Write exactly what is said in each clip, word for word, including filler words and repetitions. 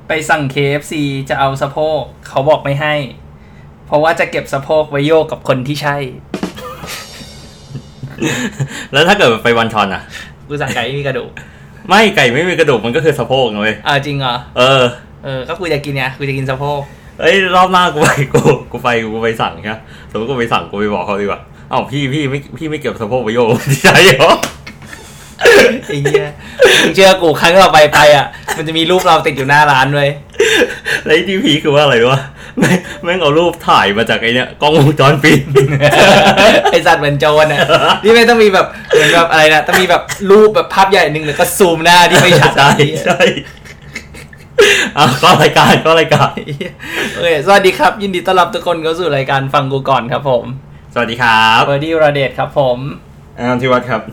ไปสั่ง เค เอฟ ซี จะเอาสะโพกเขาบอกไม่ให้เพราะว่าจะเก็บสะโพกไว้โยกกับคนที่ใช่แล้วถ้าเกิดไปวันชอนอ่ะกูสั่งไก่ไม่มีกระดูกไม่ไก่ไม่มีกระดูกมันก็คือสะโพกเลยอ่าจริงเหรอเออเออก็กูจะกินไงกูจะกินสะโพกเอ้ยรอบหน้ากูไปกูกูไปกูไปสั่งใช่สมมติกูไปสั่งกูไปบอกเขาดีกว่าอ้าวพี่พี่ไม่พี่ไม่เก็บสะโพกไว้โยกที่ใช่เหรอไอ้เหี้ยมึงเชื่อกูครั้งต่อไปไปอ่ะมันจะมีรูปเราติดอยู่หน้าร้านด้วยแล้วที่พีคือว่าอะไรวะแม่งแม่งเอารูปถ่ายมาจากไอ้เนี้ยกล้องวงจรปิดไอ้สัตว์เหมือนโจรอ่ะนี่ไม่ต้องมีแบบเหมือนแบบอะไรนะต้องมีแบบรูปแบบภาพใหญ่นึงแล้วก็ซูมหน้าที่ไม่ชัดใช่ใช่อ่ะก็รายการก็รายการโอเคสวัสดีครับยินดีต้อนรับทุกคนเข้าสู่รายการฟังกูก่อนครับผมสวัสดีครับเบอร์ดี้ราเดชครับผมอาร์มธิวัฒน์ครับ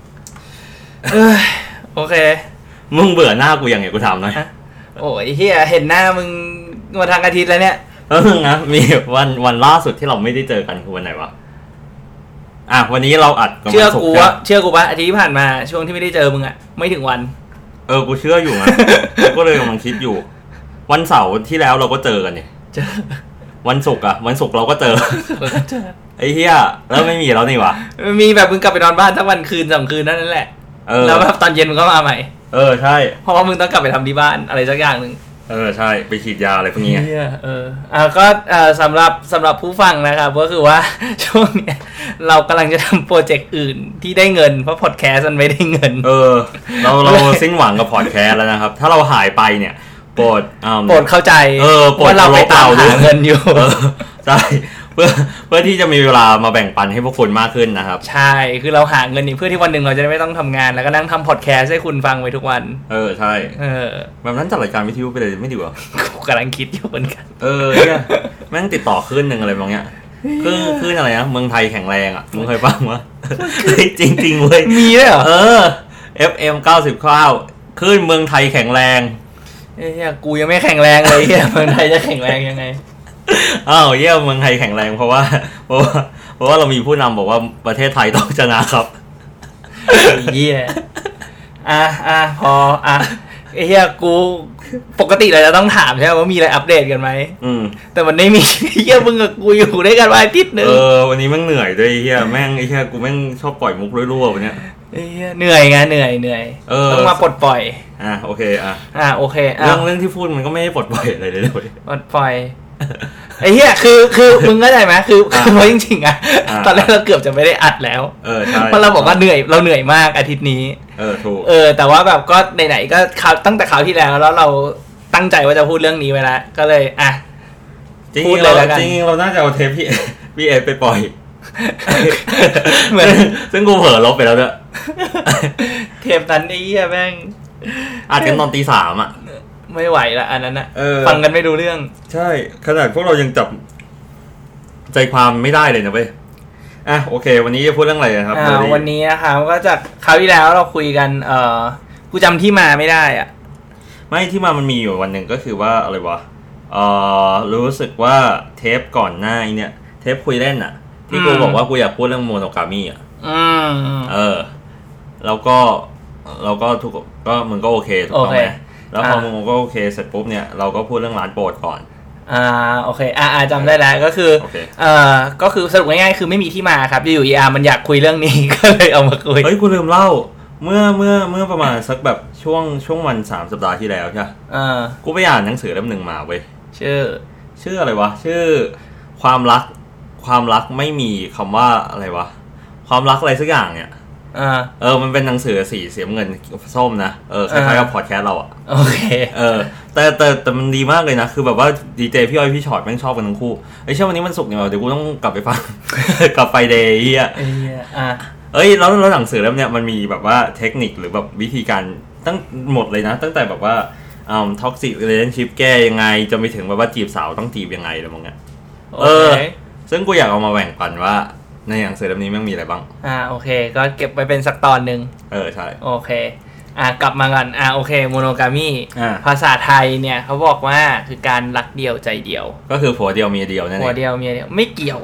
โอเคมึงเบื่อหน้ากูยังไงกูถามหน่อยโอ้ยเฮียเห็นหน้ามึงมาทางอาทิตย์แล้วเนี่ยเออนะมีวันวันล่าสุดที่เราไม่ได้เจอกันคือวันไหนวะอ่ะวันนี้เราอัดเชื่อกูว่าเชื่อกูว่าอาทิตย์ที่ผ่านมาช่วงที่ไม่ได้เจอมึงอ่ะไม่ถึงวันเออกูเชื่ออยู่นะก็เลยกำลังคิดอยู่วันเสาร์ที่แล้วเราก็เจอกันเนี่ยเจอวันศุกร์อ่ะวันศุกร์เราก็เจอไอ้เหี้ยแล้วไม่มีแล้วนี่วะมีแบบมึงกลับไปนอนบ้านทั้งวันคืนสองคืนนั่นแหละแล้วแบบตอนเย็นมึงก็มาใหม่เออใช่เพราะว่ามึงต้องกลับไปทำที่บ้านอะไรสักอย่างนึงเออใช่ไปฉีดยาอะไรพวกนี้เอออ่าก็เอ่อสำหรับสำหรับผู้ฟังนะครับก็คือว่าช่วงนี้เรากำลังจะทำโปรเจกต์อื่นที่ได้เงินเพราะพอดแคสต์มันไม่ได้เงินเออเราเราสิ้นหวังกับพอดแคสต์แล้วนะครับถ้าเราหายไปเนี่ยโปรดโปรดเข้าใจว่าเราไปตามหาเงินอยู่ใช่เพื่อเพื่อที่จะมีเวลามาแบ่งปันให้พวกคุณมากขึ้นนะครับใช่คือเราหาเงินนี่เพื่อที่วันหนึ่งเราจะไม่ต้องทำงานแล้วก็นั่งทำพอดแคสต์ให้คุณฟังไว้ทุกวันเออใช่เออแบบนั้นจัดรายการวิทยุไปเลยไม่ดีกว่ากูกำลังคิดอยู่เหมือนกันเออเนี่ยแม่งติดต่อขึ้นหนึ่งอะไรบางอย่างคือคืออะไรนะเมืองไทยแข็งแรงอ่ะมึงเคยฟังมั้ยจริงจริงเว้ยมีด้วยเหรอเออ เอฟ เอ็ม เก้าสิบเก้าขึ้นเมืองไทยแข็งแรงเฮ้ยกูยังไม่แข็งแรงเลยเฮียเมืองไทยจะแข็งแรงยังไงอ้าวเยี่ยมเมืองไทยแข็งแรงเพราะว่าเพราะว่าเพราะว่าเรามีผู้นำบอกว่าประเทศไทยต้องชนะครับเยี่ยอ่ะอ่ะพออ่ะไอ้เหี้ยกูปกติเราจะต้องถามใช่ไหมว่ามีอะไรอัปเดตกันไหมอืมแต่มันไม่มีเหี้ยมึงกับกูอยู่ด้วยกันมาอาทิตย์นึงเออวันนี้แม่งเหนื่อยด้วยไอ้เหี้ยแม่งไอ้เหี้ยกูแม่งชอบปล่อยมุกรั่วๆวันเนี้ยไอ้เหี้ยเหนื่อยไงเหนื่อยเหนื่อยต้องมาปลดปล่อยอ่ะโอเคอ่ะอ่ะโอเคเรื่องเรื่องที่พูดมันก็ไม่ได้ปลดปล่อยอะไรเลยเลยปลดปล่อยไอ้เหี้ยคือคือมึงเข้าใจไหมคือเพราะจริงๆอ่ะตอนแรกเราเกือบจะไม่ได้อัดแล้วเออใช่เพราะเราบอกว่าเหนื่อยเราเหนื่อยมากอาทิตย์นี้เออถูกเออแต่ว่าแบบก็ไหนๆก็คราวตั้งแต่คราวที่แล้วแล้วเราตั้งใจว่าจะพูดเรื่องนี้ไว้แล้วก็เลยอ่ะพูดเลยแล้วกันจริงๆเราน่าจะเอาเทปพี่พี่เอไปปล่อยเหมือนซึ่งกูเผลอลบไปแล้วด้วยเทปนั้นไอ้เหี้ยแม่งอัดกันตอนตีสามอ่ะไม่ไหวละอันนั้นนะฟังกันไม่รู้เรื่องใช่ขนาดพวกเรายังจับใจความไม่ได้เลยนะเว้ยอ่ะโอเควันนี้จะพูดเรื่องอะไรครับอ่าวันนี้นะคะก็จากคราวที่แล้วเราคุยกันเอ่อกูจำที่มาไม่ได้อ่ะไม่ที่มามันมีอยู่วันหนึ่งก็คือว่าอะไรวะเอ่อรู้สึกว่าเทปก่อนหน้าเนี่ยเทปคุยเล่นอ่ะที่กูบอกว่ากูอยากพูดเรื่องโมโนกามีอ่ะอืมเออแล้วก็แล้วก็ทุกก็มึงก็โอเคถูกต้องไหมแล้วพอมึงก็โอเคเสร็จปุ๊บเนี่ยเราก็พูดเรื่องร้านโปรดก่อนอ่าโอเคอ่าจำได้แล้วก็คือเอ่อก็คือสรุปง่ายๆคือไม่มีที่มาครับอยู่ๆ อี อาร์ มันอยากคุยเรื่องนี้ก็เลยเอามาคุยเฮ้ยกูลืมเล่าเมื่อเมื่อเมื่อประมาณสักแบบช่วงช่วงวันสามสัปดาห์ที่แล้วใช่อ่ากูไปอ่านหนังสือเล่มนึงมาเว้ยชื่อชื่ออะไรวะชื่อความรักความรักไม่มีคำว่าอะไรวะความรักอะไรสักอย่างเนี่ยอ่าเออมันเป็นหนังสือสีเสียเงินส้มนะเออคล้ายๆกับพอดแคสต์เราอ่ะโอเคเออแต่แต่แต่มันดีมากเลยนะคือแบบว่าดีเจพี่อ้อยพี่ชอตแม่งชอบกันทั้งคู่ไอ้เช่นวันนี้มันศุกร์เนี่ยเดี๋ยวกูต้องกลับไปฟังกลับไปเดย์เฮียอ่ะเอ้ยแล้วแล้วหนังสือเล่มเนี้ยมันมีแบบว่าเทคนิคหรือแบบวิธีการตั้งหมดเลยนะตั้งแต่แบบว่าอ่าท็อกซิกเรชั่นชิพแก้ยังไงจะไปถึงแบบว่าจีบสาวต้องจีบยังไงอะไรบางอย่างเออซึ่งกูอยากเอามาแบ่งปันว่าในหนังสือเล่มนี้มันมีอะไรบ้างอ่าโอเคก็เก็บไปเป็นสักตอนนึงเออใช่โอเคอ่ากลับมากันอ่าโอเคโมโนกามีภาษาไทยเนี่ยเขาบอกว่าคือการรักเดียวใจเดียวก็คือผัวเดียวเมียเดียวนั่นเองผัวเดียวเมียเดียวไม่เกี่ยวปะ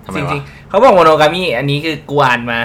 จริงๆเขาบอกโมโนกามีอันนี้คือกวนมา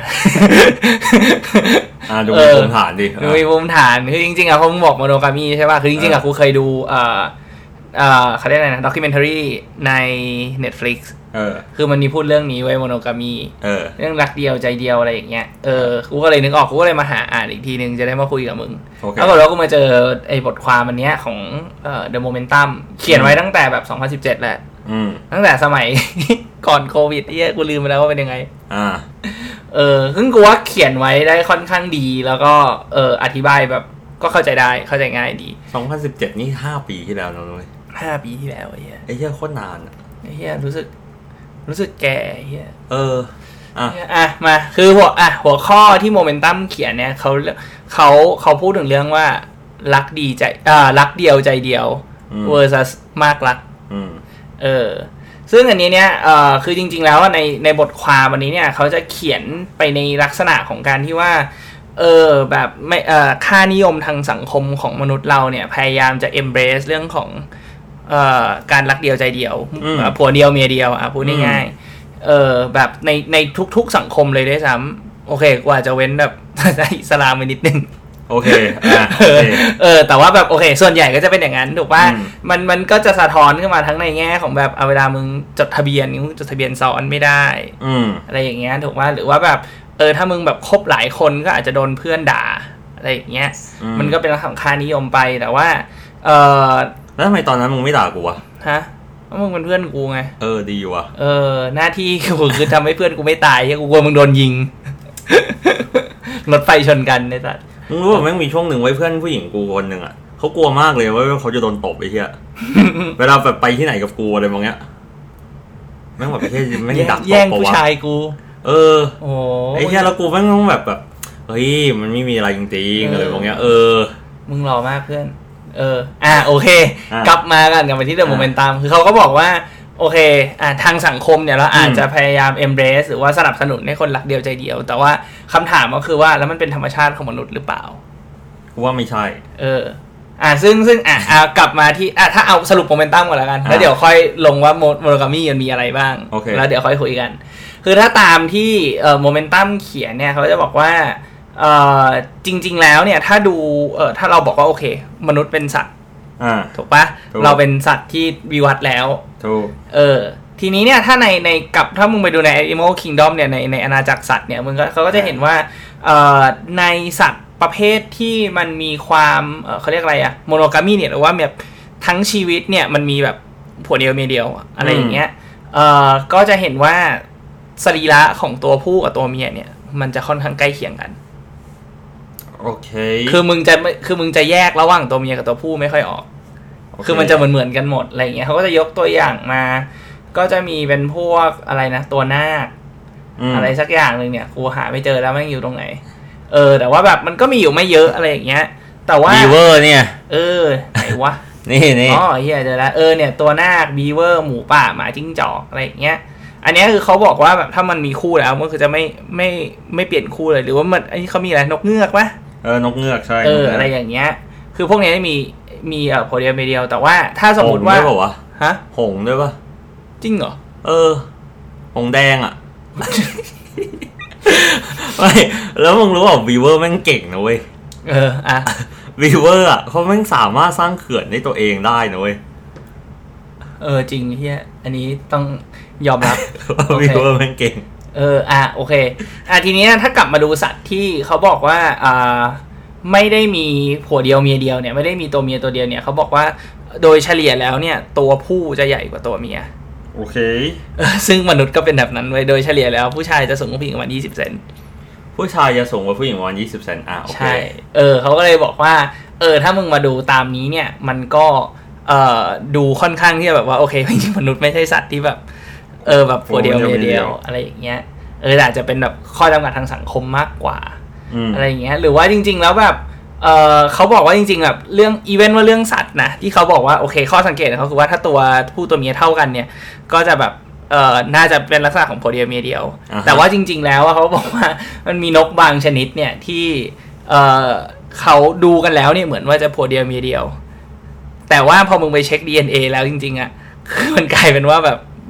อ่าดูมีภูมิฐานดิดูมีภูมิฐานคือจริงๆอ่ะเขาบอกโมโนกามีใช่ป่ะคือจริงๆอ่ะกูเคยดูเอ่อเอ่อเขาเรียกอะไรนะด็อกิเมนทารีใน Netflix เออคือมันมีพูดเรื่องนี้ไว้โมโนกามีเออเรื่องรักเดียวใจเดียวอะไรอย่างเงี้ยเออกูก็เลยนึกออกกูก็เลยมาหาอ่านอีกทีนึงจะได้มาคุยกับมึงแล้วก็แล้วกูมาเจอไอ้บทความอันเนี้ยของเอ่อ The Momentum เขียนไว้ตั้งแต่แบบสองพันสิบเจ็ดแหละตั้งแต่สมัย ก่อนโควิดที่กูลืมไปแล้วว่าเป็นยังไงอ่าเออซึ่งกูว่าเขียนไว้ได้ค่อนข้างดีแล้วก็เอออธิบายแบบก็เข้าใจได้เข้าใจง่ายดีสองพันสิบเจ็ดนี่ห้าปีที่แล้วนะเว้ยห้าปีที่แล้วไอ้เหี้ยไอ้เหี้ยโคตรนานไอ้เหี้ยรู้สึกรู้สึกแก่เหี้ยเอออ่ะอ่ะมาคือหัวอ่ะหัวข้อที่โมเมนตัมเขียนเนี่ยเขาเขาเขาพูดถึงเรื่องว่ารักดีใจอ่ารักเดียวใจเดียว versus มากรักเออซึ่งอันนี้เนี่ยเอ่อคือจริงๆแล้วในในบทความวันนี้เนี่ยเขาจะเขียนไปในลักษณะของการที่ว่าเออแบบไม่เอ่อค่านิยมทางสังคมของมนุษย์เราเนี่ยพยายามจะ embrace เรื่องของเอ่อการรักเดียวใจเดียวผัวเดียวเมียเดียวอ่ะพูดง่ายๆเออแบบในในทุกๆสังคมเลยด้วยซ้ำโอเคกว่าจะเว้นแบบอิสลามไปนิดนึงโอเคเออแต่ว่าแบบโอเคส่วนใหญ่ก็จะเป็นอย่างนั้นถูกป่ะมันมันก็จะสะท้อนขึ้นมาทั้งในแง่ของแบบเอาเวลามึงจดทะเบียนมึงจดทะเบียนซ้อนไม่ได้อะไรอย่างเงี้ยถูกป่ะหรือว่าแบบเออถ้ามึงแบบคบหลายคนก็อาจจะโดนเพื่อนด่าอะไรอย่างเงี้ยมันก็เป็นเรื่องของค่านิยมไปแต่ว่าเออแล้วทำไมตอนนั้นมึงไม่ด่ากูวะฮะเพราะมึงเป็นเพื่อนกูไงเออดีว่ะเออหน้าที่กูคือทำให้เพื่อนกูไม่ตายกูกลัวมึงโดนยิงรถไฟชนกันไอ้สัสมึงรู้ป่ะแม่งมีช่วงหนึ่งไว้เพื่อนผู้หญิงกูคนหนึ่งอ่ะเขากลัวมากเลยว่าเขาจะโดนตบไอ้เหี้ยเวลาแบบไปที่ไหนกับกูอะไรบางอย่างแม่งแบบไอ้เหี้ยแม่งดักตบแย่งผู้ชายกูเออโอ้ไอ้เหี้ยแล้วกูแม่งต้องแบบแบบเฮ้ยมันไม่มีอะไรจริงๆอะไรบางอย่างเออมึงหล่อมากเพื่อนเอออ่ะโอเคกลับมากันกลับมาที่เดอะโมเมนตัมคือเขาก็บอกว่าโอเคอ่ะทางสังคมเนี่ยเราอาจจะพยายาม embrace หรือว่าสนับสนุนให้คนรักเดียวใจเดียวแต่ว่าคำถามก็คือว่าแล้วมันเป็นธรรมชาติของมนุษย์หรือเปล่าว่าไม่ใช่เอออ่ะซึ่งซึ่งอ่ะอ่ะกลับมาที่อ่ะถ้าเอาสรุปโมเมนตัมก่อนแล้วกันแล้วเดี๋ยวค่อยลงว่าโมโนกามีมันมีอะไรบ้างแล้วเดี๋ยวค่อยคุยกันคือถ้าตามที่เอ่อโมเมนตัมเขียนเนี่ยเขาจะบอกว่าเอ่อจริงๆแล้วเนี่ยถ้าดูเอ่อถ้าเราบอกว่าโอเคมนุษย์เป็นสัตว์ถูกปะเราเป็นสัตว์ที่วิวัฒน์แล้วถูกเออทีนี้เนี่ยถ้าในในกับถ้ามึงไปดูใน Animal Kingdom เนี่ยในในอาณาจักรสัตว์เนี่ยมึงก็เขาก็จะเห็นว่าเอ่อในสัตว์ประเภทที่มันมีความเอ่อเขาเรียกอะไรอะโมโนกามีเนี่ยหรือว่าแบบทั้งชีวิตเนี่ยมันมีแบบผัวเดียวเมียเดียวอะไรอย่างเงี้ยเอ่อก็จะเห็นว่าสรีระของตัวผู้กับตัวเมียเนี่ยมันจะค่อนข้างใกล้เคียงกันโอเคคือมึงจะคือมึงจะแยกระหว่างตัวเมียกับตัวผู้ไม่ค่อยออก okay. คือมันจะเหมือนเหมือนกันหมดอะไรอย่างเงี้ยเขาก็จะยกตัวอย่างมาก็จะมีเป็นพวกอะไรนะตัวนาค อ, อะไรสักอย่างนึงเนี่ยกูหาไม่เจอแล้วมันอยู่ตรงไหนเออแต่ว่าแบบมันก็มีอยู่ไม่เยอะอะไรอย่างเงี้ยแต่ว่าบีเวอร์เนี่ยเออไหนวะนี่นี่อ๋อเฮียเจอแล้วเออเนี่ยตัวนาคบีเวอร์หมูป่าหมาจิ้งจอกอะไรอย่างเงี้ยอันนี้คือเขาบอกว่าแบบถ้ามันมีคู่แล้วมันคือจะไม่ไม่ไม่เปลี่ยนคู่เลยหรือว่ามันอันนี้เขามีอะไรนกเงือกปะเออนกเงือกใช่เอออะไรอย่างเงี้ยคือพวกนี้มีมีเอ่อโพเดียมเดียวแต่ว่าถ้าสมมติว่าหงส์ด้วยป่ะฮะหงส์ด้วยป่ะจริงเหรอเออหงส์แดงอ่ะ ไม่แล้วมึงรู้ป่ะวีเวอร์แม่งเก่งนะเว้ยเอออ่ะวีเวอร์อ่ะเขาแม่งสามารถสร้างเขื่อนให้ตัวเองได้นะเว้ยเออจริงเฮียอันนี้ต้องยอมรับวีเวอร์แม่งเก่งเอออ่ะโอเคอ่ะทีนี้ถ้ากลับมาดูสัตว์ที่เขาบอกว่าอ่าไม่ได้มีผัวเดียวเมียเดียวเนี่ยไม่ได้มีตัวเมียตัวเดียวเนี่ยเขาบอกว่าโดยเฉลี่ยแล้วเนี่ยตัวผู้จะใหญ่กว่าตัวเมียโอเคซึ่งมนุษย์ก็เป็นแบบนั้นไว้โดยเฉลี่ยแล้วผู้ชายจะสูงกว่าผู้หญิงประมาณยี่สิบเซนผู้ชายจะสูงกว่าผู้หญิงประมาณยี่สิบเซนอ่ะโอเคใช่เออเขาก็เลยบอกว่าเออถ้ามึงมาดูตามนี้เนี่ยมันก็เอ่อดูค่อนข้างที่จะแบบว่าโอเคจริงๆมนุษย์ไม่ใช่สัตว์ที่แบบเออแบบผัวเดียวเมียเดียวอะไรอย่างเงี้ยเอออาจจะเป็นแบบข้อจำกัดทางสังคมมากกว่าอะไรอย่างเงี้ยหรือว่าจริงๆแล้วแบบเออเขาบอกว่าจริงๆแบบเรื่องอีเวนต์ว่าเรื่องสัตว์นะที่เขาบอกว่าโอเคข้อสังเกตของเขาคือว่าถ้าตัวผู้ตัวเมียเท่ากันเนี่ยก็จะแบบเออน่าจะเป็นลักษณะของผัวเดียวเมียเดียว uh-huh. แต่ว่าจริงๆแล้วเขาบอกว่ามันมีนกบางชนิดเนี่ยที่เออเขาดูกันแล้วเนี่ยเหมือนว่าจะผัวเดียวเมียเดียวแต่ว่าพอมึงไปเช็ค ดี เอ็น เอ แล้วจริงๆอ่ะคือมันกลายเป็นว่าแบบ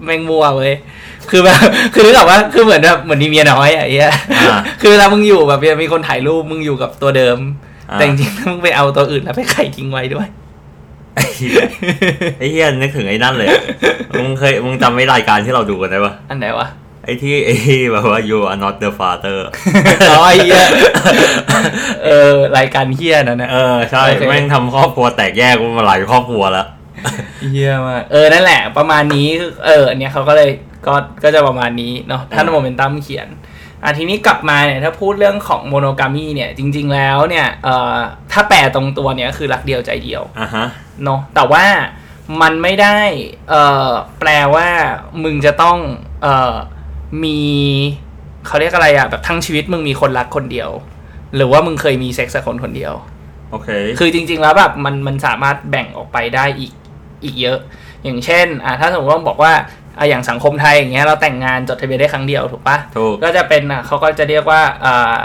แม่งมัวเว้ยคือแบบคือนึกออกว่าคือเหมือนแบบเหมือนมีเมียน้อยอ่ะไอ้เหี้ยคือเวลามึงอยู่แบบมีคนถ่ายรูปมึงอยู่กับตัวเดิมแต่จริงๆมึงไปเอาตัวอื่นแล้วไปไข่ทิ้งไว้ด้วยไอ้เหี้ยไอ้เหี้ยนึกถึงไอ้นั่นเลยมึงเคยมึงจำไม่รายการที่เราดูกันได้ปะอันไหนวะไอ้ที่ไอ้แบบว่า you are not the father อ๋อไอ้เหี้ยเออรายการเหี้ยนั่นนะเออใช่แม่งทำครอบครัวแตกแยกมาหลายครอบครัวแล้วเหี้ยมากเออนั่นแหละประมาณนี้เอออันเนี้ยเขาก็เลยก็ก็จะประมาณนี้เนาะถ้าโมเมนตัมเขียนอ่ะทีนี้กลับมาเนี่ยถ้าพูดเรื่องของโมโนกามีเนี่ยจริงๆแล้วเนี่ยเอ่อถ้าแปลตรงตัวเนี่ยคือรักเดียวใจเดียวอ่าฮะเนาะแต่ว่ามันไม่ได้เอ่อแปลว่ามึงจะต้องเอ่อมีเขาเรียกอะไรอะแบบทั้งชีวิตมึงมีคนรักคนเดียวหรือว่ามึงเคยมีเซ็กซ์กับคนคนเดียวโอเคคือจริงๆแล้วแบบมันมันสามารถแบ่งออกไปได้อีกอีกเยอะอย่างเช่นอ่ะถ้าสมมติว่าบอกว่าอ่ะอย่างสังคมไทยอย่างเงี้ยเราแต่งงานจดทะเบียนได้ครั้งเดียวถูกปะถูกก็จะเป็นอ่ะเขาก็จะเรียกว่าอ่า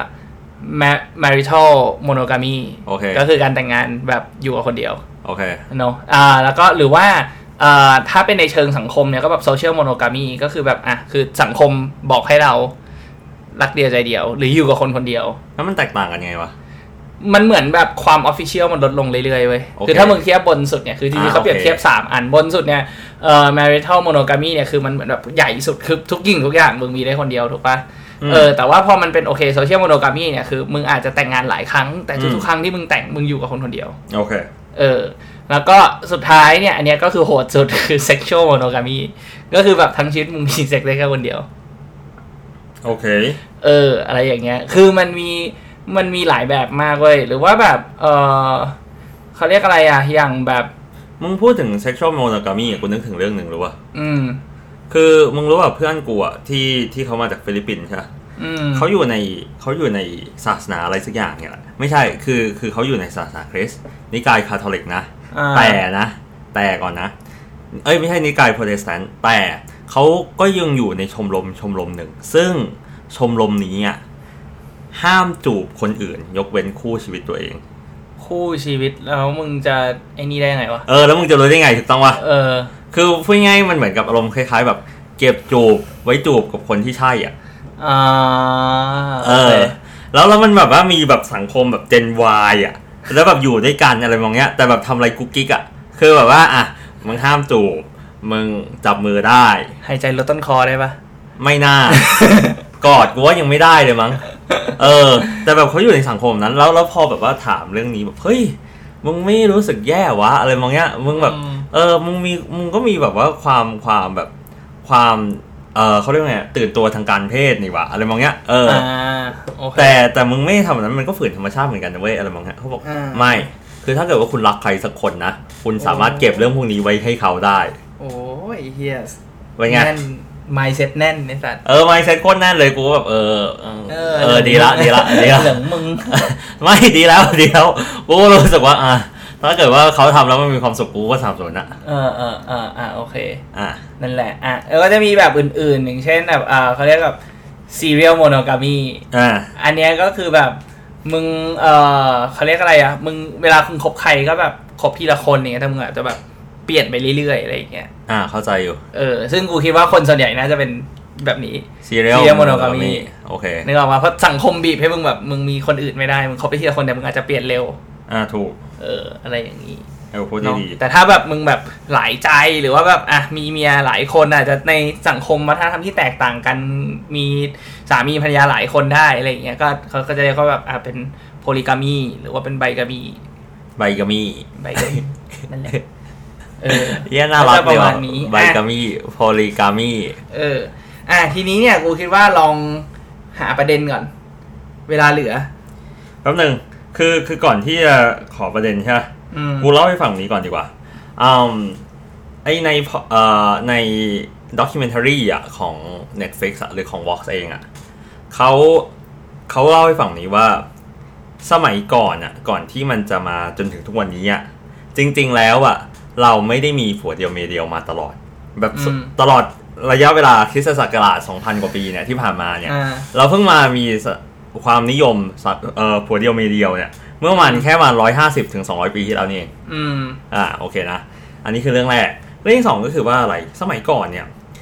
marital monogamy โอเคก็คือการแต่งงานแบบอยู่กับคนเดียวโอเคเนาะอ่าแล้วก็หรือว่าอ่าถ้าเป็นในเชิงสังคมเนี่ยก็แบบ social monogamy ก็คือแบบอ่ะคือสังคมบอกให้เรารักเดียวใจเดียวหรืออยู่กับคนคนเดียวแล้วมันแตกต่างกันไงวะมันเหมือนแบบความออฟฟิเชียลมันลดลงเรื่อยๆเว้ย okay. คือถ้ามึงเทียบบนสุดเนี่ยคือจริงๆเขาเปรียบเทียบสามอันบนสุดเนี่ยเอ่อ marital monogamy เนี่ยคือมันเหมือนแบบใหญ่สุดคือทุกยิ่งทุกอย่างมึงมีได้คนเดียวถูกป่ะเออแต่ว่าพอมันเป็นโอเค social monogamy เนี่ยคือมึงอาจจะแต่งงานหลายครั้งแต่ทุกๆครั้งที่มึงแต่งมึงอยู่กับคนคนเดียวโอเคเออแล้วก็สุดท้ายเนี่ยอันเนี้ยก็คือโหดสุดคือ sexual monogamy ก็คือแบบทั้งชีวิตมึงมีเซ็กได้แค่คนเดียวโอเคเอออะไรอย่างเงี้ยคือมันมีมันมีหลายแบบมากเว้ยหรือว่าแบบเออเขาเรียกอะไรอ่ะอย่างแบบมึงพูดถึง sexual monogamy กูนึกถึงเรื่องหนึ่งรู้ป่ะอืมคือมึงรู้ป่ะเพื่อนกูอ่ะที่ที่เขามาจากฟิลิปปินส์ใช่อืมเขาอยู่ในเขาอยู่ในศาสนาอะไรสักอย่างเนี่ยแหละไม่ใช่คือคือเขาอยู่ในศาสนาคริสต์นิกายคาทอลิกนะแต่นะแต่ก่อนนะเอ้ยไม่ใช่นิกายโปรเตสแตนต์แต่เขาก็ยังอยู่ในชมรมชมรมหนึ่งซึ่งชมรมนี้อ่ะห้ามจูบคนอื่นยกเว้นคู่ชีวิตตัวเองคู่ชีวิตแล้วมึงจะไอ้นี่ได้ไงวะเออแล้วมึงจะรู้ได้ไงถูกต้องวะเออคือพูดง่ายมันเหมือนกับอารมณ์คล้ายๆแบบเก็บจูบไว้จูบกับคนที่ใช่อ่ะอ่าเออแล้วแล้วมันแบบว่ามีแบบสังคมแบบเจน Y อ่ะแล้วแบบอยู่ด้วยกันอะไรมองเงี้ยแต่แบบทำอะไรกุ๊กกิ๊กอ่ะคือแบบว่าอ่ะมึงห้ามจูบมึงจับมือได้หายใจลดต้นคอได้ปะไม่น่ากอดกูว่ายังไม่ได้เลยมั้งเออแต่แบบเขาอยู่ในสังคมนั้นแล้วแล้วพอแบบว่าถามเรื่องนี้แบบเฮ้ยมึงไม่รู้สึกแย่วะอะไรมองเงี้ยมึงแบบเออมึงมีมึงก็มีแบบว่าความความแบบความเออเขาเรียกไงตื่นตัวทางการเพศนี่วะอะไรมองเงี้ยเออแต่แต่มึงไม่ทำแบบนั้นมันก็ฝืนธรรมชาติเหมือนกันนะเว้ยอะไรมองเงี้ยเขาบอกไม่คือถ้าเกิดว่าคุณรักใครสักคนนะคุณสามารถเก็บเรื่องพวกนี้ไว้ให้เขาได้โอ้ยเฮียเป็นไง mindset แน่นไอ้สัตว์เออ mindset โคตรแน่นเลยกูแบบเออเออเออดีละดีละดีละเหลืองมึงไม่ดีแล้วดีแล้วกูรู้สึกว่าอ่ะถ้าเกิดว่าเขาทำแล้วมันมีความสุขกูก็สนับสนุนนะเออเออเอออ่ะโอเคอ่ะนั่นแหละอ่ะแล้วก็จะมีแบบอื่นๆอย่างเช่นแบบอ่าเขาเรียกแบบ serial monogamy อ่าอันเนี้ยก็คือแบบมึงเออเขาเรียกอะไรอ่ะมึงเวลาคุณคบใครก็แบบคบทีละคนเนี่ยแต่มึงอาจจะแบบเปลี่ยนไปเรื่อยๆอะไรอย่างเงี้ยอ่าเข้าใจอยู่เออซึ่งกูคิดว่าคนส่วนใหญ่น่าจะเป็นแบบนี้ serial monogamy โอเคนึกออกมาเพราะสังคมบีบให้มึงแบบมึงมีคนอื่นไม่ได้มึงคบไปทีละคนแต่มึงอาจจะเปลี่ยนเร็วอ่าถูกเอออะไรอย่างนี้เออพูดดีแต่ถ้าแบบมึงแบบหลายใจหรือว่าแบบอ่ะมีเมียหลายคนอาจจะในสังคมวัฒนธรรมที่แตกต่างกันมีสามีภรรยาหลายคนได้อะไรอย่างเงี้ยก็เขาก็จะเรียกว่าแบบอ่ะเป็นโพลีกามีหรือว่าเป็นไบกามีไบกามีไบกามีนั่นแหละเออเยี่ยน่ารักเลยว่ะไบกามีโพลีกามีเอออ่ะทีนี้เนี่ยกูคิดว่าลองหาประเด็นก่อนเวลาเหลือแป๊บนึงคือคือก่อนที่จะขอประเด็นใช่ไหมกูเล่าให้ฟังนี้ก่อนดีกว่าอืมไอในเอ่อในด็อกิเมนทารีอ่ะของ Netflix อ่ะหรือของ Vox เองอ่ะเขาเขาเล่าให้ฟังนี้ว่าสมัยก่อนอ่ะก่อนที่มันจะมาจนถึงทุกวันนี้อ่ะจริงๆแล้วอ่ะเราไม่ได้มีผัวเดียวเมียเดียวมาตลอดแบบตลอดระยะเวลาคริสตศักราช สองพัน กว่าปีเนี่ยที่ผ่านมาเนี่ยเราเพิ่งมามีความนิยมเอ่อผัวเดียวเมียเดียวเนี่ยเมื่อมันแค่มาหนึ่งร้อยห้าสิบถึงสองร้อยปีที่แล้วนี่เองอืมอ่าโอเคนะอันนี้คือเรื่องแรกเรื่องที่สองก็คือว่าอะไรสมัยก่อนเนี่ย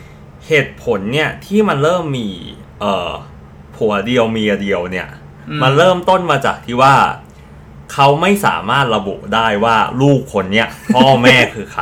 เหตุผลเนี่ยที่มันเริ่มมีเอ่อผัวเดียวเมียเดียวเนี่ยมันเริ่มต้นมาจากที่ว่าเขาไม่สามารถระบุได้ว่าลูกคนเนี้ยพ่อแม่คือใคร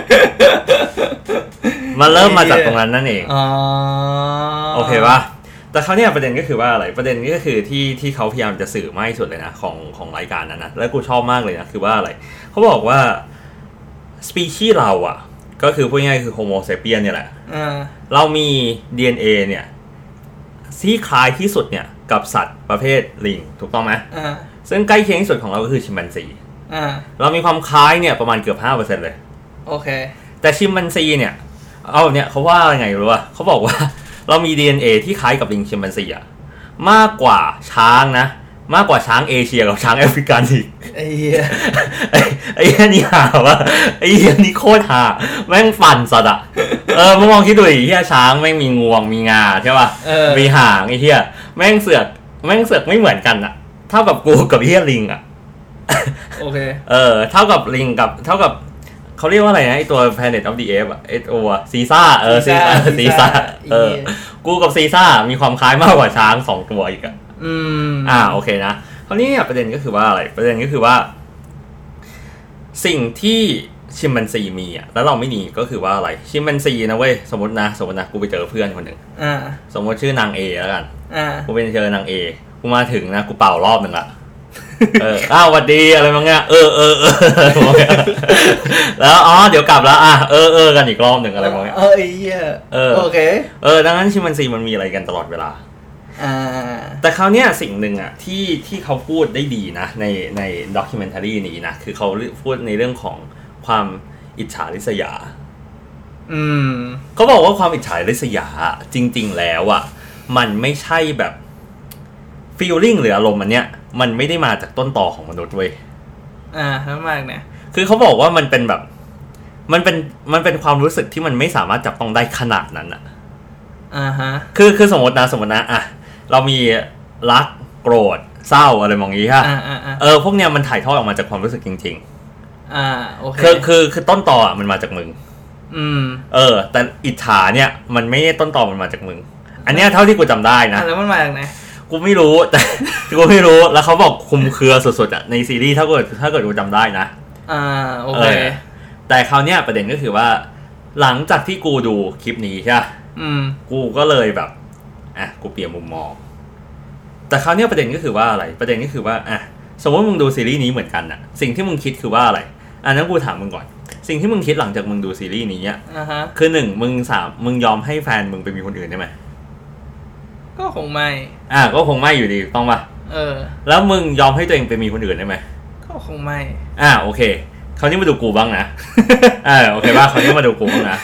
มันเริ่มมาจากตรงนั้นนั่นเองโอเคป่ะแต่เขาเนี่ยประเด็นก็คือว่าอะไรประเด็นก็คือที่ที่เขาพยายามจะสื่อมากที่สุดเลยนะของของรายการนั้นนะแล้วกูชอบมากเลยนะคือว่าอะไรเขาบอกว่าสปีชีส์เราอ่ะก็คือพูดง่ายๆคือโฮโมเซเปียนเนี่ยแหละเรามี ดี เอ็น เอ เนี่ยที่คล้ายที่สุดเนี่ยกับสัตว์ประเภทลิงถูกต้องไหมซึ่งใกล้เคียงที่สุดของเราก็คือชิมแปนซีเรามีความคล้ายเนี่ยประมาณเกือบ ห้าเปอร์เซ็นต์ เลยโอเคแต่ชิมแปนซีเนี่ยเอาเนี่ยเขาว่าไงรู้ป่ะเขาบอกว่าเรามี ดี เอ็น เอ ที่คล้ายกับลิงชิมแปนซีอะมากกว่าช้างนะมากกว่าช้างเอเชียกับช้างแอฟริกันอีกไอ้เหี้ยไอ้ไอ้เหี้ยนี่หาว่ะไอ้เหี้ยนี่โคตรหาแม่งปั่นสัตว์อะเออมึงลองคิดดูดิเหี้ยช้างแม่งมีงวงมีงาใช่ป่ะมีหางไอ้เหี้ยแม่งเสือกแม่งเสือกไม่เหมือนกันอะเท่ากับกูกับเหี้ยลิงอะโอเคเออเท่ากับลิงกับเท่ากับเขาเรียกว่าอะไรนะไอตัว Planet of the Apes อ่ะไอตัวซีซ่าเออซีซ่าซีซ่าเออกูกับซีซ่ามีความคล้ายมากกว่าช้างสองตัวอีกอ่ะอืมอ่าโอเคนะคราวนี้เนี่ยประเด็นก็คือว่าอะไรประเด็นก็คือว่าสิ่งที่ชิมแปนซีมีอ่ะแล้วเราไม่มีก็คือว่าอะไรชิมแปนซีนะเว้ยสมมตินะสมมตินะกูไปเจอเพื่อนคนหนึ่งอ่าสมมติชื่อนาง A แล้วกันอ่ากูไปเจอนาง A กูมาถึงนะกูเป่ารอบนึงละเอออ้าวสวัสดีอะไรบางอย่างเออเออเออแล้วอ๋อเดี๋ยวกลับแล้วอ่ะเออเออกันอีกรอบหนึ่งอะไรบางอย่างเออไอ้เหี้ยเออโอเคเออดังนั้นชิมแปนซีมันมีอะไรกันตลอดเวลาอ่าแต่คราวเนี้ยสิ่งหนึ่งอ่ะที่ที่เขาพูดได้ดีนะในในด็อกิเมนทารีนี้นะคือเขาพูดในเรื่องของความอิจฉาริษยาอืมเขาบอกว่าความอิจฉาริษยาจริงๆแล้วอ่ะมันไม่ใช่แบบฟีลลิ่งหรืออารมณ์อันเนี้ยมันไม่ได้มาจากต้นตอของมนุษย์เว้ยอ่าทั้งมากเนี่ยคือเขาบอกว่ามันเป็นแบบมันเป็นมันเป็นความรู้สึกที่มันไม่สามารถจับต้องได้ขนาดนั้นอ่ะอ่าฮะคือคือสมมตินะสมมตินะอ่ะเรามีรักโกรธเศร้าอะไรมองงี้ค่ะเออพวกเนี้ยมันถ่ายทอดออกมาจากความรู้สึกจริงๆอ่าโอเคคือคือคือต้นตอมันมาจากมึงอืมเออแต่อิจฉาเนี่ยมันไม่ได้ต้นตอมันมาจากมึงอันเนี้ยเท่าที่กูจำได้นะแล้วมันมาจากไหนกูไม่รู้แต่กูไม่รู้แล้วเขาบอกคุมเครือสุดๆอ่ะในซีรีส์ถ้าเกิดถ้าเกิดกูจำได้นะอ่าโอเคแต่คราวเนี้ยประเด็นก็คือว่าหลังจากที่กูดูคลิปนี้ใช่ป่ะอืมกูก็เลยแบบอ่ะกูเปลี่ยนมุมมองแต่คราวเนี้ยประเด็นก็คือว่าอะไรประเด็นก็คือว่าอ่ะสมมติมึงดูซีรีส์นี้เหมือนกันอ่ะสิ่งที่มึงคิดคือว่าอะไรอันนั้นกูถามมึงก่อนสิ่งที่มึงคิดหลังจากมึงดูซีรีส์นี้อ่ะ uh-huh. คือหนึ่งมึงสามมึงยอมให้แฟนมึงไปมีคนอื่นได้ไหมก็คงไม่อ่ะก็คงไม่อยู่ดีต้องป่ะเออแล้วมึงยอมให้ตัวเองไปมีคนอื่นได้ไหมก็คงไม่อ่ะโอเคคราวนี้มาดูกูบ้างนะอ่าโอเคป่ะคราวนี้มาดูกูบ้างนะ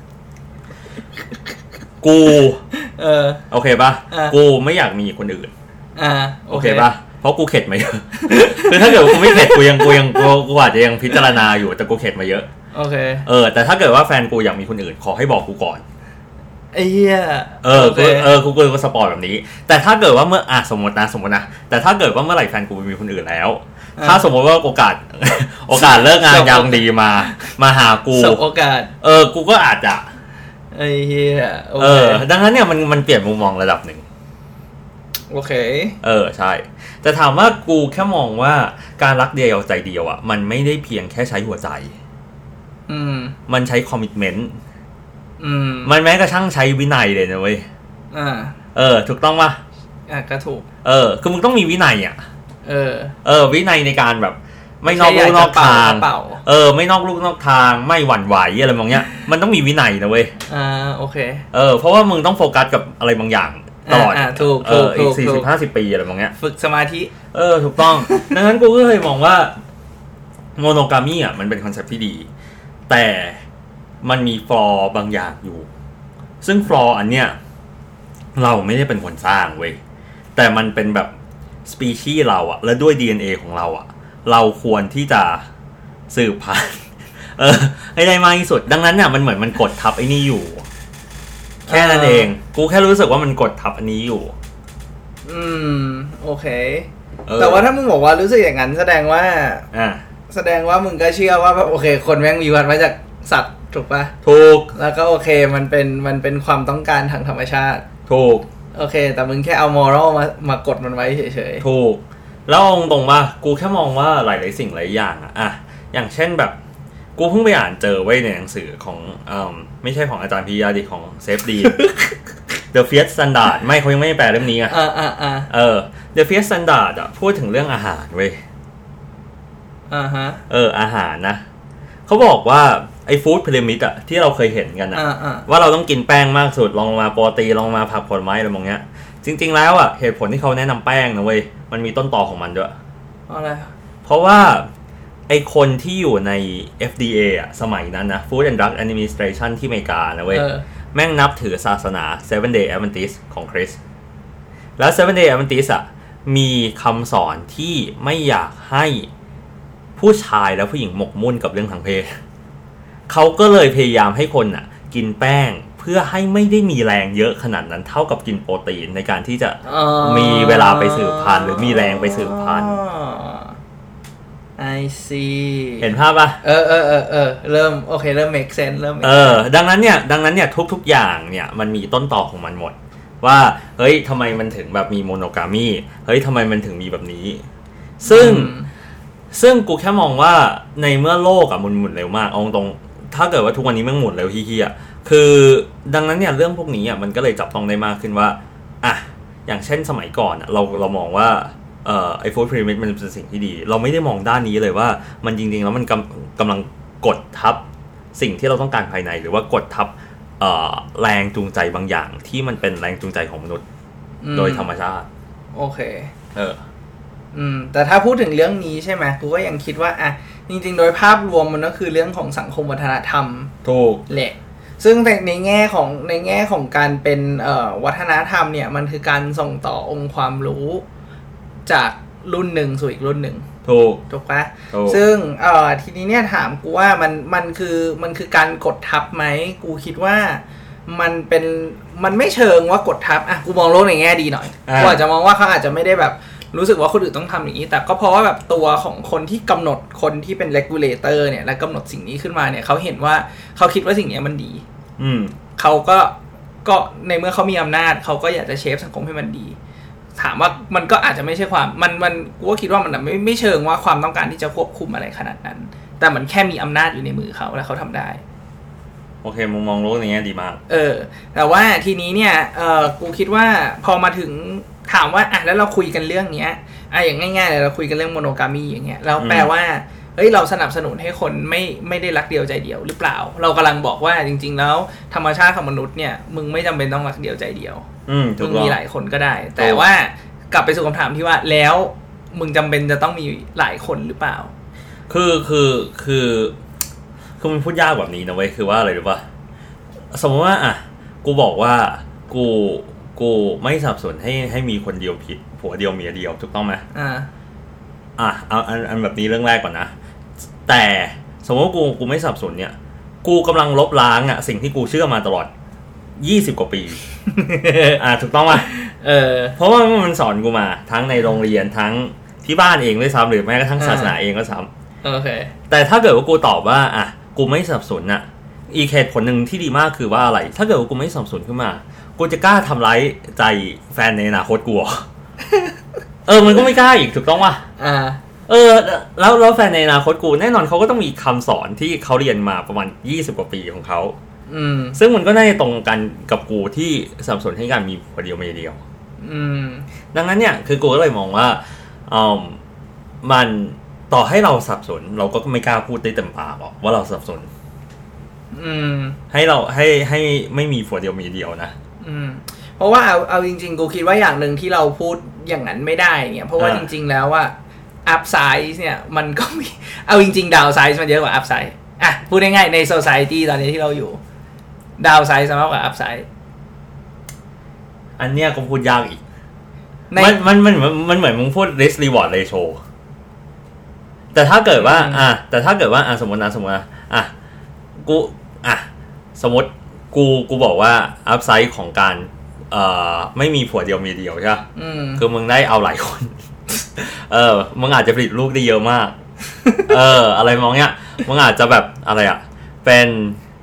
กูเออโอเคป่ะกูไม่อยากมีคนอื่นอ่าโอเคป่ะเพราะกูเข็ดมาเยอะคือถ้าเกิดกูไม่เข็ดกูยังกูยังกูอาจจะยังพิจารณาอยู่แต่กูเข็ดมาเยอะโอเคเออแต่ถ้าเกิดว่าแฟนกูอยากมีคนอื่นขอให้บอกกูก่อนไอ้เหี้ยเออกูเออกูกูก็สปอยแบบนี้แต่ถ้าเกิดว่าเมื่ออ่ะสมมตินะสมมตินะแต่ถ้าเกิดว่าเมื่อไหร่แฟนกูมีคนอื่นแล้วถ้าสมมติว่าโอกาสโอกาสเลิกงานยังดีมามาหากูสบโอกาสเออกูก็อาจจะไอ้เหี้ยเออดังนั้นเนี่ยมันมันเปลี่ยนมุมมองระดับหนึ่งโอเคเออใช่แต่ถามว่ากูแค่มองว่าการรักเดียวใจเดียวอ่ะมันไม่ได้เพียงแค่ใช้หัวใจอืมมันใช้คอมมิตเมนต์อืมมันแม้กระทั่งใช้วินัยเลยนะเว้ยอ่าเออถูกต้องป่ะอ่ะก็ถูกเออคือมึงต้องมีวินัยอ่ะเออเออวินัยในการแบบไม่นอกลู่นอกทางเออไม่นอกลู่นอกทางไม่หวั่นไหวอะไรบางอย่างมันต้องมีวินัยนะเว้ยอ่าโอเคเออเพราะว่ามึงต้องโฟกัสกับอะไรบางอย่างตลอดอ่าถูกเอออีกสี่สิบห้าสิบปีอะไรบางอย่างฝึกสมาธิเออถูกต้องดังนั้นกูก็เคยมองว่าโมโนกามีอ่ะมันเป็นคอนเซ็ปต์ที่ดีแต่มันมีฟลอร์บางอย่างอยู่ซึ่งฟลอร์อันเนี้ยเราไม่ได้เป็นคนสร้างเว้ยแต่มันเป็นแบบสปีชีส์เราอะและด้วย ดี เอ็น เอ ของเราอะเราควรที่จะสืบพันธุ์เออให้ได้มากที่สุดดังนั้นเนี่ยมันเหมือนมันกดทับไอ้นี่อยู่แค่นั้นเองกูแค่รู้สึกว่ามันกดทับอันนี้อยู่อืมโอเคแต่ว่าถ้ามึงบอกว่ารู้สึกอย่างนั้นแสดงว่าอ่าแสดงว่ามึงก็เชื่อว่าแบบโอเคคนแม่งมีวันมาจากสัตว์ถูกปะถูกแล้วก็โอเคมันเป็นมันเป็นความต้องการทางธรรมชาติถูกโอเคแต่มึงแค่เอามอรัลมามากดมันไว้เฉยๆถูกแล้วตรงว่ากูแค่มองว่าหลายๆสิ่งหลายอย่างอะอะอย่างเช่นแบบกูเพิ่งไปอ่านเจอไว้ในหนังสือของอ่าไม่ใช่ของอาจารย์พิยาดิของเซฟดี The Fiat Standard ไม่เขายังไม่แปลเล่มนี้อ่ะอ่าๆๆเออ The Fiat Standard อ่ะพูดถึงเรื่องอาหารเว้ยอ่าฮะเอออาหารนะเขาบอกว่าไอ้ฟู้ดพีระมิดอ่ะที่เราเคยเห็นกันอ่ะว่าเราต้องกินแป้งมากสุดลองมาโปรตีนลองมาผักผลไม้อะไรบางอย่างจริงๆแล้วอ่ะเหตุผลที่เขาแนะนำแป้งนะเว้ยมันมีต้นตอของมันด้วยอะไรเพราะว่าไอคนที่อยู่ใน เอฟ ดี เอ อ่ะสมัยนั้นนะ Food and Drug Administration ที่อเมริกานะเว้ยแม่งนับถือศาสนา Seven Day Adventist ของคริสต์แล้ว Seven Day Adventist อ่ะมีคำสอนที่ไม่อยากให้ผู้ชายและผู้หญิงหมกมุ่นกับเรื่องทางเพศเขาก็เลยพยายามให้คนอ่ะกินแป้งเพื่อให้ไม่ได้มีแรงเยอะขนาดนั้นเท่ากับกินโปรตีนในการที่จะมีเวลาไปสืบพันธุ์หรือมีแรงไปสืบพันธุ์ I see เห็นภาพป่ะเออเออเออเออเริ่มโอเคเริ่ม make sense เริ่ม make sense เออดังนั้นเนี่ยดังนั้นเนี่ยทุกๆอย่างเนี่ยมันมีต้นตอของมันหมดว่าเฮ้ยทำไมมันถึงแบบมีโมโนกามีเฮ้ยทำไมมันถึงมีแบบนี้ซึ่งซึ่งกูแค่มองว่าในเมื่อโลกอะมันหมุนเร็วมากเอาตรงถ้าเกิดว่าทุกวันนี้มันหมุนเร็วเฮี้ยๆคือดังนั้นเนี่ยเรื่องพวกนี้อะมันก็เลยจับต้องได้มากขึ้นว่าอ่ะอย่างเช่นสมัยก่อนอะเราเรามองว่าเอ่อไอ้ฟู้ดพีระมิดมันเป็นสิ่งที่ดีเราไม่ได้มองด้านนี้เลยว่ามันจริงๆแล้วมันกำกำลังกดทับสิ่งที่เราต้องการภายในหรือว่ากดทับเอ่อแรงจูงใจบางอย่างที่มันเป็นแรงจูงใจของมนุษย์โดยธรรมชาติโอเคเอออืมแต่ถ้าพูดถึงเรื่องนี้ใช่ไหมกูก็ยังคิดว่าอ่ะจริงๆโดยภาพรวมมันก็คือเรื่องของสังคมวัฒนธรรมถูกแหละซึ่งในแง่ของในแง่ของการเป็นเอ่อวัฒนธรรมเนี่ยมันคือการส่งต่อองค์ความรู้จากรุ่นหนึ่งสู่อีกรุ่นหนึ่งถูกถูกปะซึ่งเอ่อทีนี้เนี่ยถามกูว่ามันมันคือมันคือการกดทับไหมกูคิดว่ามันเป็นมันไม่เชิงว่ากดทับอ่ะกูมองโลกในแง่ดีหน่อยกูอาจจะมองว่าเขาอาจจะไม่ได้แบบรู้สึกว่าคนอื่นต้องทำอย่างนี้แต่ก็เพราะว่าแบบตัวของคนที่กำหนดคนที่เป็น regulator เนี่ยและกำหนดสิ่งนี้ขึ้นมาเนี่ยเขาเห็นว่าเขาคิดว่าสิ่งนี้มันดีอืมเขาก็ก็ในเมื่อเขามีอำนาจเขาก็อยากจะเชฟสังคมให้มันดีถามว่ามันก็อาจจะไม่ใช่ความมันมันกูก็คิดว่ามันไม่ไม่เชิงว่าความต้องการที่จะควบคุมอะไรขนาดนั้นแต่มันแค่มีอำนาจอยู่ในมือเขาแล้วเขาทำได้โอเคมุมมองโลกอย่างเงี้ยดีมากเออแต่ว่าทีนี้เนี่ยเออกูคิดว่าพอมาถึงถามว่าอ่ะแล้วเราคุยกันเรื่องเนี้ยอ่ะอย่างง่ายๆเลยเราคุยกันเรื่องโมโนกามีอย่างเงี้ยแล้วแปลว่าเฮ้ยเราสนับสนุนให้คนไม่ไม่ได้รักเดียวใจเดียวหรือเปล่าเรากำลังบอกว่าจริงๆแล้วธรรมชาติของมนุษย์เนี่ยมึงไม่จำเป็นต้องรักเดียวใจเดียวมึงมีหลายคนก็ได้แต่ว่ากลับไปสู่คำถามที่ว่าแล้วมึงจำเป็นจะต้องมีหลายคนหรือเปล่าคือคือคือคือมันพูดยากแบบนี้นะเว้ยคือว่าอะไรรู้ป่ะสมมติว่าอ่ะกูบอกว่ากูกูไม่สนับสนุนให้ให้มีคนเดียวผิดผัวเดียวเมียเดียวถูกต้องไหมอ่าอ่ะเอาอันอันแบบนี้เรื่องแรกก่อนนะแต่สมมติว่ากูกูไม่สนับสนุนเนี่ยกูกำลังลบล้างอ่ะสิ่งที่กูเชื่อมาตลอดยี่สิบกว่าปี อ่าถูกต้องป่ะเออเพราะว่ามันสอนกูมาทั้งในโรงเรียนทั้งที่บ้านเองด้วยซ้ำหรือแม้กระทั่งศาสนาเองก็ซ้ำโอเคแต่ถ้าเกิดว่ากูตอบว่าอ่ะกูไม่สนับสนุนอ่ะอีกเหตุผลหนึ่งที่ดีมากคือว่าอะไรถ้าเกิดว่ากูไม่สนับสนุนขึ้นมากูจะกล้าทำร้ายใจแฟนในอนาคตกู เออมันก็ไม่กล้าอีกถูกต้องป่ะอ่าเออแล้วแล้วแฟนในอนาคตกูแน่นอนเขาก็ต้องมีคำสอนที่เขาเรียนมาประมาณยี่สิบกว่าปีของเขาอืมซึ่งมันก็น่าจะตรงกันกับกูที่สนับสนุนให้การมีคนเดียวไม่เดียวอืมดังนั้นเนี่ยคือกูก็เลยมองว่าอืมมันต่อให้เราสนับสนุนเราก็ไม่กล้าพูดได้เต็มปากหรอกว่าเราสนับสนุนอืมให้เราให้ให้ไม่มีผัวเดียวมีเดียวนะอืมเพราะว่าเอาเอาจริงๆกูคิดว่าอย่างหนึ่งที่เราพูดอย่างนั้นไม่ได้เนี่ยเพราะว่าจริงๆแล้วว่าอัพไซส์เนี่ยมันก็มีเอาจริงๆดาวไซส์มันเยอะกว่าอัพไซส์อ่ะพูดง่ายๆในโซไซตี้ตอนนี้ที่เราอยู่ดาวไซส์มากกว่าอัพไซส์อันเนี้ยก็พูดยากอีกมันมันมันมันเหมือนมึงพูด risk reward ratio แต่ถ้าเกิดว่าอ่ะแต่ถ้าเกิดว่าอ่ะสมมตินะสมมตินะอ่ะกูอ่ะสมมติกูกูบอกว่าอัพไซด์ของการเอ่อไม่มีผัวเดียวเมียเดียวใช่ป่ะคือมึงได้เอาหลายคนเออมึงอาจจะผลิตลูกได้เยอะมากเอออะไรมองเนี้ยมึงอาจจะแบบอะไรอ่ะเป็น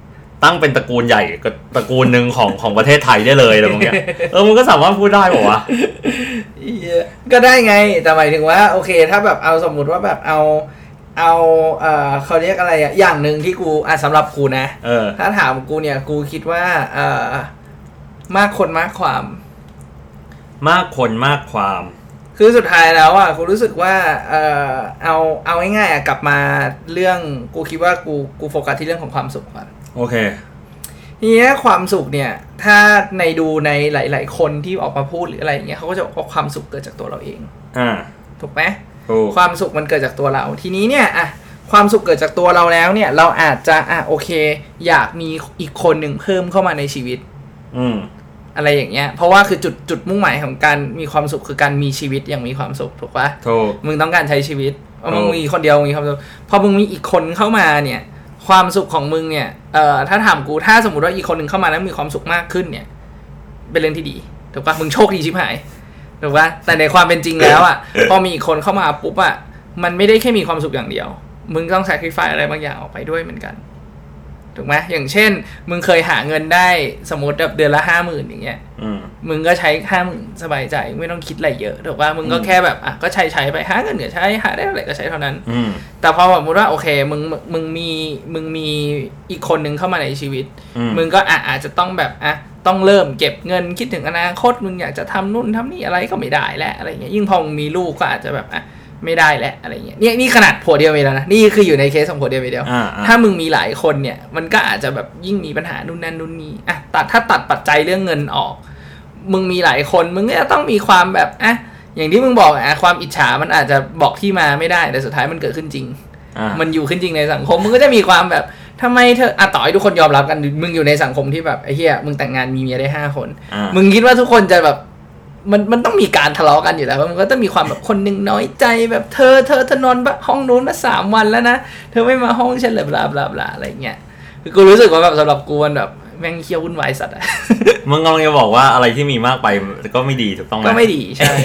ตั้งเป็นตระกูลใหญ่ก็ตระกูลนึงของของประเทศไทยได้เลยอะไรแบบเนี้ยเออมันก็สามารถพูดได้ป่าววะก็ได้ไงแต่หมายถึงว่าโอเคถ้าแบบเอาสมมุติว่าแบบเอาเอาเอ่อเขาเรียกอะไรอ่ะอย่างนึงที่กูอ่ะสำหรับกูนะเออถ้าถามกูเนี่ยกูคิดว่าเอ่อมากคนมากความมากคนมากความคือสุดท้ายแล้วอ่ะกูรู้สึกว่าเอ่อเอาเอาง่ายๆอ่ะกลับมาเรื่องกูคิดว่ากูกูโฟกัสที่เรื่องของความสุขก่อนโอเคทีนี้ความสุขเนี่ยถ้าในดูในหลายๆคนที่ออกมาพูดหรืออะไรอย่างเงี้ยเขาก็จะบอกว่าความสุขเกิดจากตัวเราเองอ่าถูกไหมความสุขมันเกิดจากตัวเราทีนี้เนี่ยอ่ะความสุขเกิดจากตัวเราแล้วเนี่ยเราอาจจะอ่ะโอเคอยากมีอีกคนหนึ่งเพิ่มเข้ามาในชีวิตอืมอะไรอย่างเงี้ยเพราะว่าคือจุดจุดมุ่งหมายของการมีความสุขคือการมีชีวิตอย่างมีความสุขถูกปะถูกมึงต้องการใช้ชีวิตมึงมีคนเดียวมีความสุขพอมึงมีอีกคนเข้ามาเนี่ยความสุขของมึงเนี่ยเอ่อถ้าถามกูถ้าสมมติว่าอีกคนหนึ่งเข้ามาแล้วมีความสุขมากขึ้นเนี่ยเป็นเรื่องที่ดีถูกปะมึงโชคดีชิบหายถูกปะแต่ในความเป็นจริงแล้วอ่ะ พอมีอีกคนเข้ามาปุ๊บอ่ะมันไม่ได้แค่มีความสุขอย่างเดียวมึงต้อง sacrifice อะไรบางอย่างออกไปด้วยเหมือนกันถูกไหมอย่างเช่นมึงเคยหาเงินได้สมมติแบบเดือนละห้าหมื่นอย่างเงี้ยมึงก็ใช้ห้าหมื่นสบายใจไม่ต้องคิดอะไรเยอะถูกป่ะมึงก็แค่แบบอ่ะก็ใช้ใช้ไปหาเงินเดี๋ยวใช้หาได้เท่าไหร่ก็ใช้เท่านั้นแต่พอสมมติว่าโอเคมึงมึงมีมึงมีอีกคนนึงเข้ามาในชีวิตมึงก็อ่ะอาจจะต้องแบบอ่ะต้องเริ่มเก็บเงินคิดถึงอนาคตมึงอยากจะทำนู่นทำนี่อะไรก็ไม่ได้แล้วอะไรเงี้ยยิ่งพอมึงมีลูกก็อาจจะแบบอ่ะไม่ได้แล้วอะไรเงี้ยนี่นี่ขนาดผัวเดียวไปแล้วนะนี่คืออยู่ในเคสของผัวเดียวไปเดียวถ้ามึงมีหลายคนเนี่ยมันก็อาจจะแบบยิ่งมีปัญหานู่นนั่นนู่นนี่อ่ะตัดถ้าตัดปัจจัยเรื่องเงินออกมึงมีหลายคนมึงก็ต้องมีความแบบอ่ะอย่างที่มึงบอกอ่ะความอิจฉามันอาจจะบอกที่มาไม่ได้แต่สุดท้ายมันเกิดขึ้นจริงมันอยู่ขึ้นจริงในสังคมมึงก็จะมีความแบบทำไมเธออ่ะต่อให้ทุกคนยอมรับกันมึงอยู่ในสังคมที่แบบไอ้เหี้ยมึงแต่งงานมีเมียได้ห้าคนมึงคิดว่าทุกคนจะแบบมันมันต้องมีการทะเลาะกันอยู่แล้วมันก็ต้องมีความแบบคนนึงน้อยใจแบบเธอเธอเธอนอนห้องนู้นมาสามวันแล้วนะเธอไม่มาห้องฉันเลยบลาบลาบลาอะไรเงี้ยคือกูรู้สึกว่าแบบสำหรับกูมันแบบแม่งเคี้ยววุ่นวายสัตว์อะมึงกำลังจะบอกว่าอะไรที่มีมากไปก็ไม่ดีถูกต้องไหมก็ไม่ดีใช่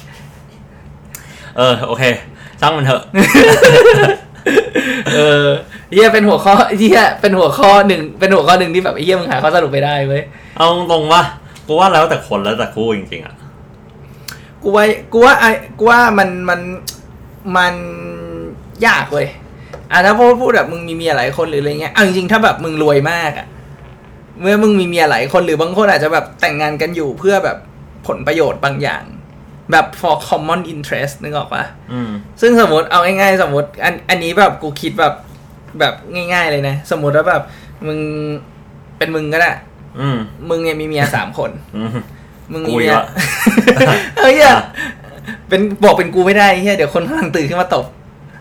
เออโอเคช่างมันเถอะเออเฮียเป็นหัวข้อเฮียเป็นหัวข้อหนึ่งเป็นหัวข้อหนึ่งที่แบบเฮียมึงหาข้อสรุปไม่ได้เว้ยเอาตรงว่ากูว่าแล้วแต่คนแล้วแต่คู่จริงๆอ่ะกูว่ากูว่าไอ้กูว่ามันมันมันยากเว้ยอ่ะถ้าพูดพูดแบบมึงมีเมียหลายคนหรืออะไรเงี้ยเอาจริงๆถ้าแบบมึงรวยมากอ่ะเมื่อมึงมีเมียหลายคนหรือบางคนอาจจะแบบแต่งงานกันอยู่เพื่อแบบผลประโยชน์บางอย่างแบบ for common interest นึกออกปะซึ่งสมมติเอาง่ายๆสมมติอันอันนี้แบบกูคิดแบบแบบง่ายๆเลยนะสมมติว่าแบบมึงเป็นมึงก็ได้มึงเนี่ยมีเมียสามคนมึงมีเมียเฮ้ยเป็นบอกเป็นกูไม่ได้เฮียเดี๋ยวคนข้างตื่นขึ้นมาตบ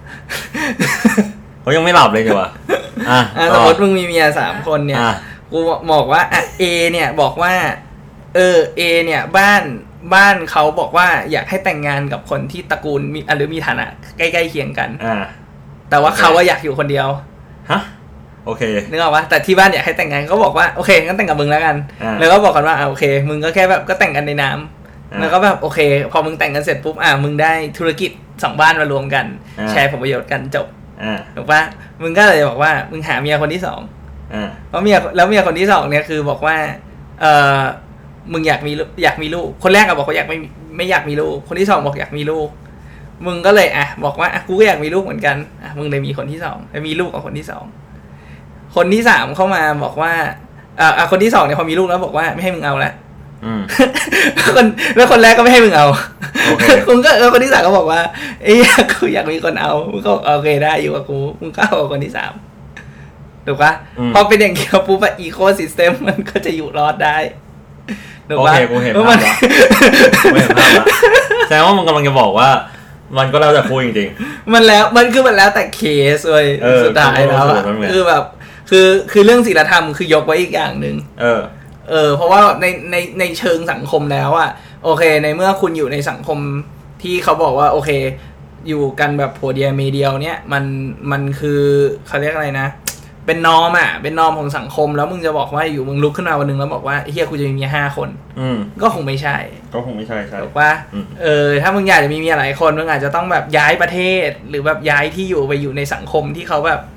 เขายังไม่หลับเลยจ้ะวะอ่ะสมมติมึงมีเมียสามคนเนี่ยกูบอกว่าอ่ะ A เนี่ยบอกว่าเออ A เนี่ยบ้านบ้านเขาบอกว่าอยากให้แต่งงานกับคนที่ตระกูลมีหรือมีฐานะใกล้ๆเคียงกันอ่าแต่ว่าเขาว่าอยากอยู่คนเดียวฮะโอเคนึกออกปะแต่ที่บ้านอยากให้แต่งงานเขาบอกว่าโอเคงั้นแต่งกับมึงแล้วกันแล้วก็บอกกันว่าอ่าโอเคมึงก็แค่แบบก็แต่งกันในน้ำแล้วก็แบบโอเคพอมึงแต่งกันเสร็จปุ๊บอ่ามึงได้ธุรกิจสองบ้านมารวมกันแชร์ผลประโยชน์กันจบถูกปะมึงก็เลยบอกว่ามึงหาเมียคนที่สองเพราะเมียแล้วเมียคนที่สองเนี่ยคือบอกว่าเออมึงอยากมีอยากมีลูกคนแรกก็บอกว่าอยากไม่ไม่อยากมีลูกคนที่สองบอกอยากมีลูกมึงก็เลยอ่ะบอกว่าอ่ะกูก็อยากมีลูกเหมือนกันอ่ะมึงเลยมีคนที่สองเลยมีลูกกับคนที่สองคนที่สามเข้ามาบอกว่าอ่าคนที่สองเนี่ยพอมีลูกแล้วบอกว่าไม่ให้มึงเอาแล้วคนแล้วคนแรกก็ไม่ให้มึงเอามึงก็แล้วคนที่สามก็บอกว่าเอ้ยกูอยากมีคนเอามึงก็โอเคได้อยู่กับกูมึงก็เอาคนที่สามถูกปะพอเป็นอย่างเงี้ยปุ๊บอะอีโคซิสเต็มมันก็จะอยู่รอดได้โอเคกูเห็นภาพแล้วกูเห็นภาพแล้วแสดงว่ามันกำลังจะบอกว่ามันก็แล้วแต่คู่จริงๆมันแล้วมันคือมันแล้วแต่เคสเว้ยสุดท้ายแล้วคือแบบคือคือเรื่องศีลธรรมคือยกไว้อีกอย่างนึงเออเออเพราะว่าในในในเชิงสังคมแล้วอ่ะโอเคในเมื่อคุณอยู่ในสังคมที่เขาบอกว่าโอเคอยู่กันแบบผัวเดียวเมียเดียวเนี่ยมันมันคือเขาเรียกอะไรนะเป็นนอร์มอ่ะเป็นนอร์มของสังคมแล้วมึงจะบอกว่าอยู่มึงลุกขึ้นมาวันนึงแล้วบอกว่าเฮียกูจะมีเมียห้าคนก็คงไม่ใช่ก็คงไม่ใช่ใช่ถูกป่ะเออถ้ามึงอยากจะมีเมียหลายคนมึงอาจจะต้องแบบย้ายประเทศหรือแบบย้ายที่อยู่ไปอยู่ในสังคมที่เขาแบบ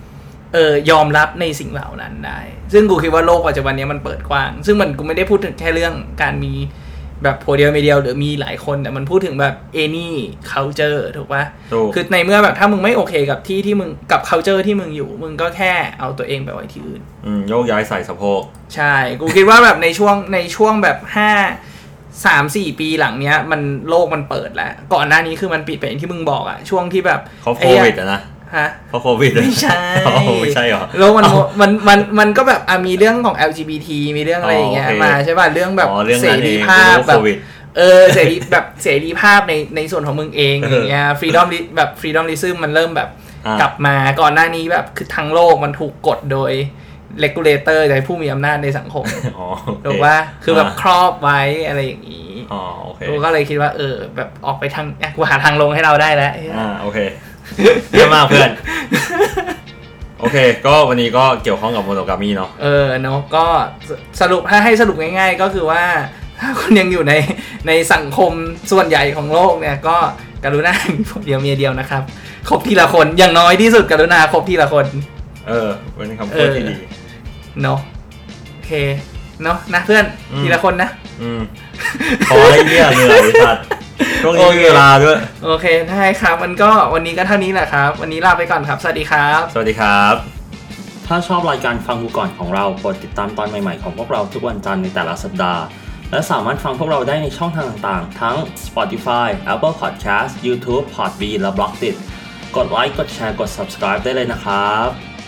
เออยอมรับในสิ่งเหล่านั้นได้ซึ่งกูคิดว่าโลกปัจจุบันนี้มันเปิดกว้างซึ่งมันกูไม่ได้พูดถึงแค่เรื่องการมีแบบโพเดียวมีเดียวหรือมีหลายคนแต่มันพูดถึงแบบ any culture ถูกป่ะคือในเมื่อแบบถ้ามึงไม่โอเคกับที่ที่มึงกับ culture ที่มึงอยู่มึงก็แค่เอาตัวเองไปไว้ที่อื่นอืมโยกย้ายใส่สะโพกใช่กูคิดว่าแบบในช่วงในช่วงแบบห้า สาม สี่ปีหลังเนี้ยมันโลกมันเปิดแล้วก่อนหน้านี้คือมันปิดไปอย่างที่มึงบอกอ่ะช่วงที่แบบเขาโควิดอ่ะนะฮะเพราะโควิดไม่ใช่ไม่ใช่หรอแล้วมันมันมันมันก็แบบมีเรื่องของ แอล จี บี ที มีเรื่องอะไรอย่างเงี้ยมาใช่ป่ะเรื่องแบบเสรีภาพแบบเออเสรีแบบเสรีภาพในในส่วนของมึงเองอย่างเงี้ยฟรีดอมแบบฟรีดอมลิซึมมันเริ่มแบบกลับมาก่อนหน้านี้แบบคือทั้งโลกมันถูกกดโดยเรกูเลเตอร์โดยผู้มีอำนาจในสังคมถูกป่ะคือแบบครอบไว้อะไรอย่างงี้อ๋อโอเคก็เลยคิดว่าเออแบบออกไปทางกูหาทางลงให้เราได้แล้วอ่าโอเคเยี่ยมมากเพื่อนโอเคก็วันนี้ก็เกี่ยวข้องกับโมโนกามีเนาะเออเนาะก็สรุปถ้าให้สรุปง่ายๆก็คือว่าถ้าคุณยังอยู่ในในสังคมส่วนใหญ่ของโลกเนี่ยก็กรุณามีเดียวเมียเดียวนะครับคบทีละคนอย่างน้อยที่สุดกรุณาคบทีละคนเออเป็นคำพูดที่ดีเนาะโอเคเนาะนะเพื่อนทีละคนนะอืมขอให้เยี่ยมเหนื่อยสัตว์ช่วงนี้มีเวลาด้วยโอเคได้ครับมันก็วันนี้ก็เท่านี้แหละครับวันนี้ลาไปก่อนครับสวัสดีครับสวัสดีครับถ้าชอบรายการฟังกูก่อนของเรากดติดตามตอนใหม่ๆของพวกเราทุกวันจันทร์ในแต่ละสัปดาห์และสามารถฟังพวกเราได้ในช่องทางต่างๆทั้ง Spotify, Apple Podcast, YouTube, Podbean และ Blockdit กดไลค์กดแชร์กด Subscribe ได้เลยนะครับ